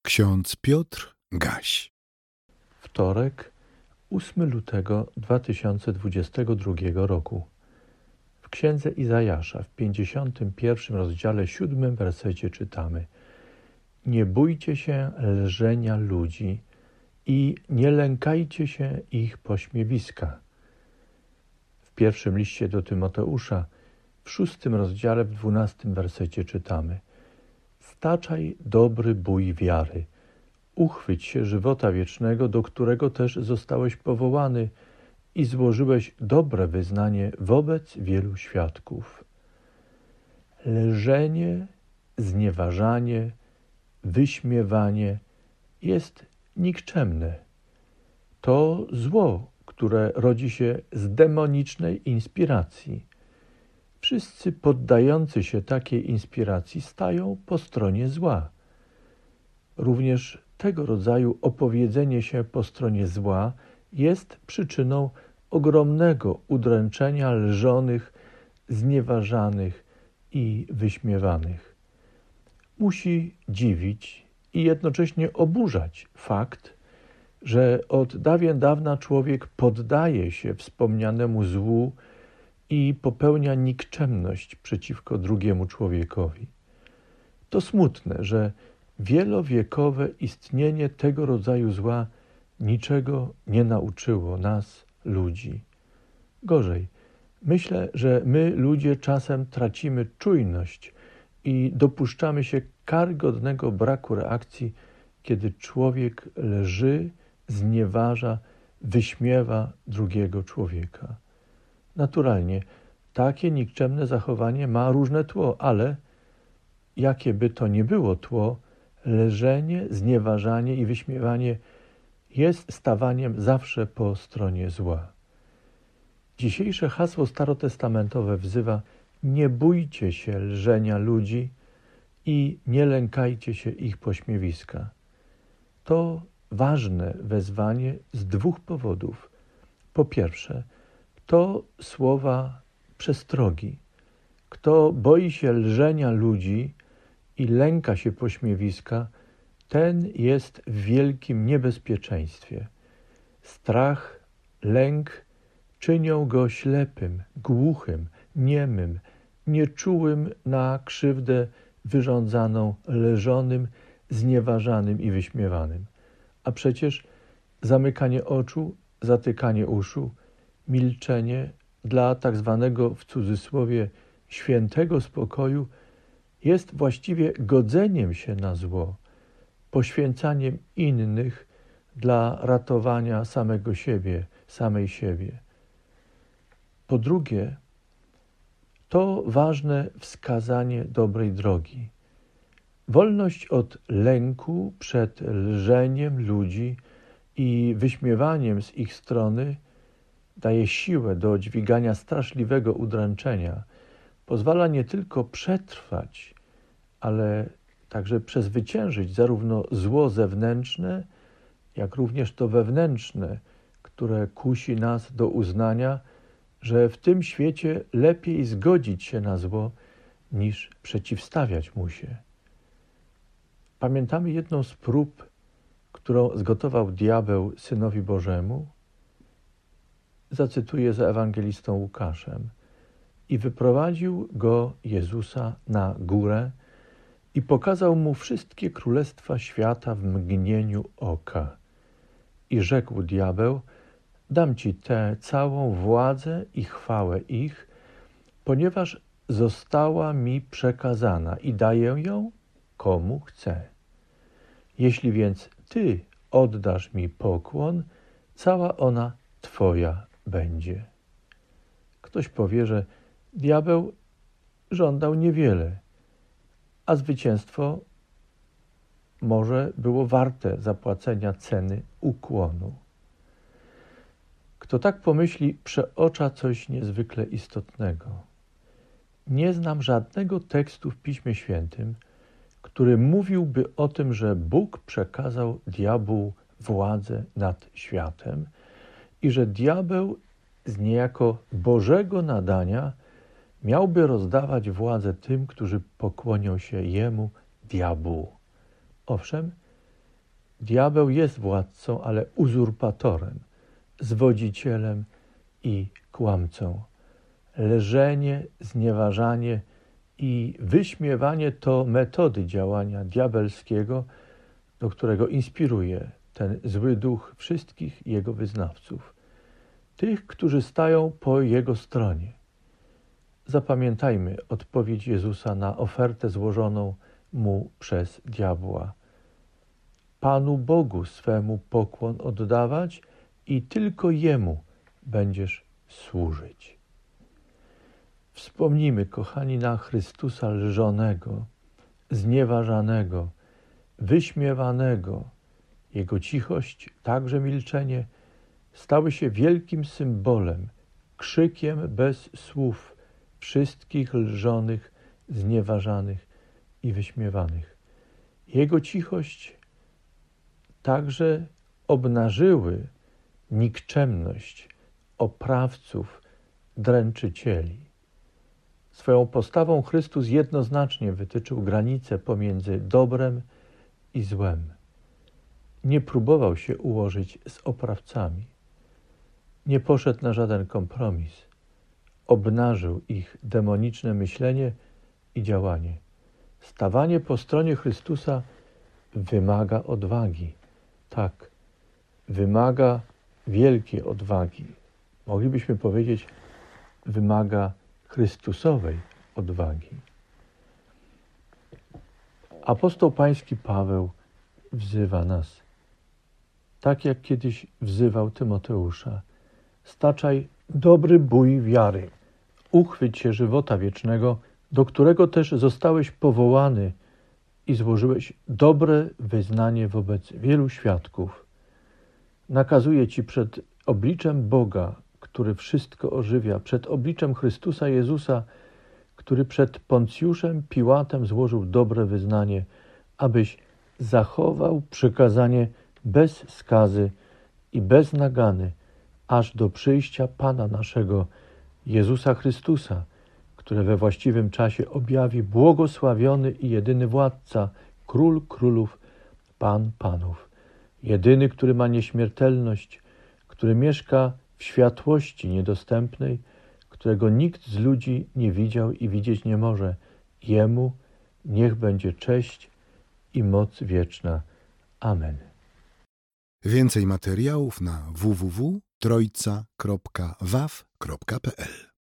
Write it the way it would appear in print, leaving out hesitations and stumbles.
Ksiądz Piotr Gaś. Wtorek, 8 lutego 2022 roku. W księdze Izajasza w 51 rozdziale 7 wersecie czytamy: Nie bójcie się lżenia ludzi i nie lękajcie się ich pośmiewiska. W pierwszym liście do Tymoteusza w 6 rozdziale w 12 wersecie czytamy: Staczaj dobry bój wiary, uchwyć się żywota wiecznego, do którego też zostałeś powołany i złożyłeś dobre wyznanie wobec wielu świadków. Lżenie, znieważanie, wyśmiewanie jest nikczemne. To zło, które rodzi się z demonicznej inspiracji. Wszyscy poddający się takiej inspiracji stają po stronie zła. Również tego rodzaju opowiedzenie się po stronie zła jest przyczyną ogromnego udręczenia lżonych, znieważanych i wyśmiewanych. Musi dziwić i jednocześnie oburzać fakt, że od dawien dawna człowiek poddaje się wspomnianemu złu i popełnia nikczemność przeciwko drugiemu człowiekowi. To smutne, że wielowiekowe istnienie tego rodzaju zła niczego nie nauczyło nas, ludzi. Gorzej, myślę, że my, ludzie, czasem tracimy czujność i dopuszczamy się karygodnego braku reakcji, kiedy człowiek lży, znieważa, wyśmiewa drugiego człowieka. Naturalnie, takie nikczemne zachowanie ma różne tło, ale jakie by to nie było tło, lżenie, znieważanie i wyśmiewanie jest stawaniem zawsze po stronie zła. Dzisiejsze hasło starotestamentowe wzywa: nie bójcie się lżenia ludzi i nie lękajcie się ich pośmiewiska. To ważne wezwanie z dwóch powodów. Po pierwsze, to słowa przestrogi. Kto boi się lżenia ludzi i lęka się pośmiewiska, ten jest w wielkim niebezpieczeństwie. Strach, lęk czynią go ślepym, głuchym, niemym, nieczułym na krzywdę wyrządzaną lżonym, znieważanym i wyśmiewanym. A przecież zamykanie oczu, zatykanie uszu, milczenie dla tak zwanego w cudzysłowie świętego spokoju jest właściwie godzeniem się na zło, poświęcaniem innych dla ratowania samego siebie, samej siebie. Po drugie, to ważne wskazanie dobrej drogi. Wolność od lęku przed lżeniem ludzi i wyśmiewaniem z ich strony daje siłę do dźwigania straszliwego udręczenia. Pozwala nie tylko przetrwać, ale także przezwyciężyć zarówno zło zewnętrzne, jak również to wewnętrzne, które kusi nas do uznania, że w tym świecie lepiej zgodzić się na zło, niż przeciwstawiać mu się. Pamiętamy jedną z prób, którą zgotował diabeł Synowi Bożemu? Zacytuję za ewangelistą Łukaszem. I wyprowadził go, Jezusa, na górę i pokazał mu wszystkie królestwa świata w mgnieniu oka. I rzekł diabeł: dam ci tę całą władzę i chwałę ich, ponieważ została mi przekazana i daję ją komu chcę. Jeśli więc ty oddasz mi pokłon, cała ona twoja będzie. Ktoś powie, że diabeł żądał niewiele, a zwycięstwo może było warte zapłacenia ceny ukłonu. Kto tak pomyśli, przeocza coś niezwykle istotnego. Nie znam żadnego tekstu w Piśmie Świętym, który mówiłby o tym, że Bóg przekazał diabłu władzę nad światem i że diabeł z niejako Bożego nadania miałby rozdawać władzę tym, którzy pokłonią się jemu, diabłu. Owszem, Diabeł jest władcą, ale uzurpatorem, zwodzicielem i kłamcą. Leżenie, znieważanie i wyśmiewanie to metody działania diabelskiego, do którego inspiruje ten zły duch wszystkich jego wyznawców, tych, którzy stają po jego stronie. Zapamiętajmy odpowiedź Jezusa na ofertę złożoną mu przez diabła. Panu Bogu swemu pokłon oddawać i tylko Jemu będziesz służyć. Wspomnijmy, kochani, na Chrystusa lżonego, znieważanego, wyśmiewanego. Jego cichość, także milczenie, stały się wielkim symbolem, krzykiem bez słów wszystkich lżonych, znieważanych i wyśmiewanych. Jego cichość także obnażyły nikczemność oprawców, dręczycieli. Swoją postawą Chrystus jednoznacznie wytyczył granice pomiędzy dobrem i złem. Nie próbował się ułożyć z oprawcami. Nie poszedł na żaden kompromis. Obnażył ich demoniczne myślenie i działanie. Stawanie po stronie Chrystusa wymaga odwagi. Tak, wymaga wielkiej odwagi. Moglibyśmy powiedzieć, wymaga Chrystusowej odwagi. Apostoł Pański Paweł wzywa nas, tak jak kiedyś wzywał Tymoteusza. Staczaj dobry bój wiary. Uchwyć się żywota wiecznego, do którego też zostałeś powołany i złożyłeś dobre wyznanie wobec wielu świadków. Nakazuję Ci przed obliczem Boga, który wszystko ożywia, przed obliczem Chrystusa Jezusa, który przed Poncjuszem Piłatem złożył dobre wyznanie, abyś zachował przykazanie bez skazy i bez nagany, aż do przyjścia Pana naszego, Jezusa Chrystusa, które we właściwym czasie objawi błogosławiony i jedyny władca, Król królów, Pan panów, jedyny, który ma nieśmiertelność, który mieszka w światłości niedostępnej, którego nikt z ludzi nie widział i widzieć nie może. Jemu niech będzie cześć i moc wieczna. Amen. Więcej materiałów na www.trojca.waw.pl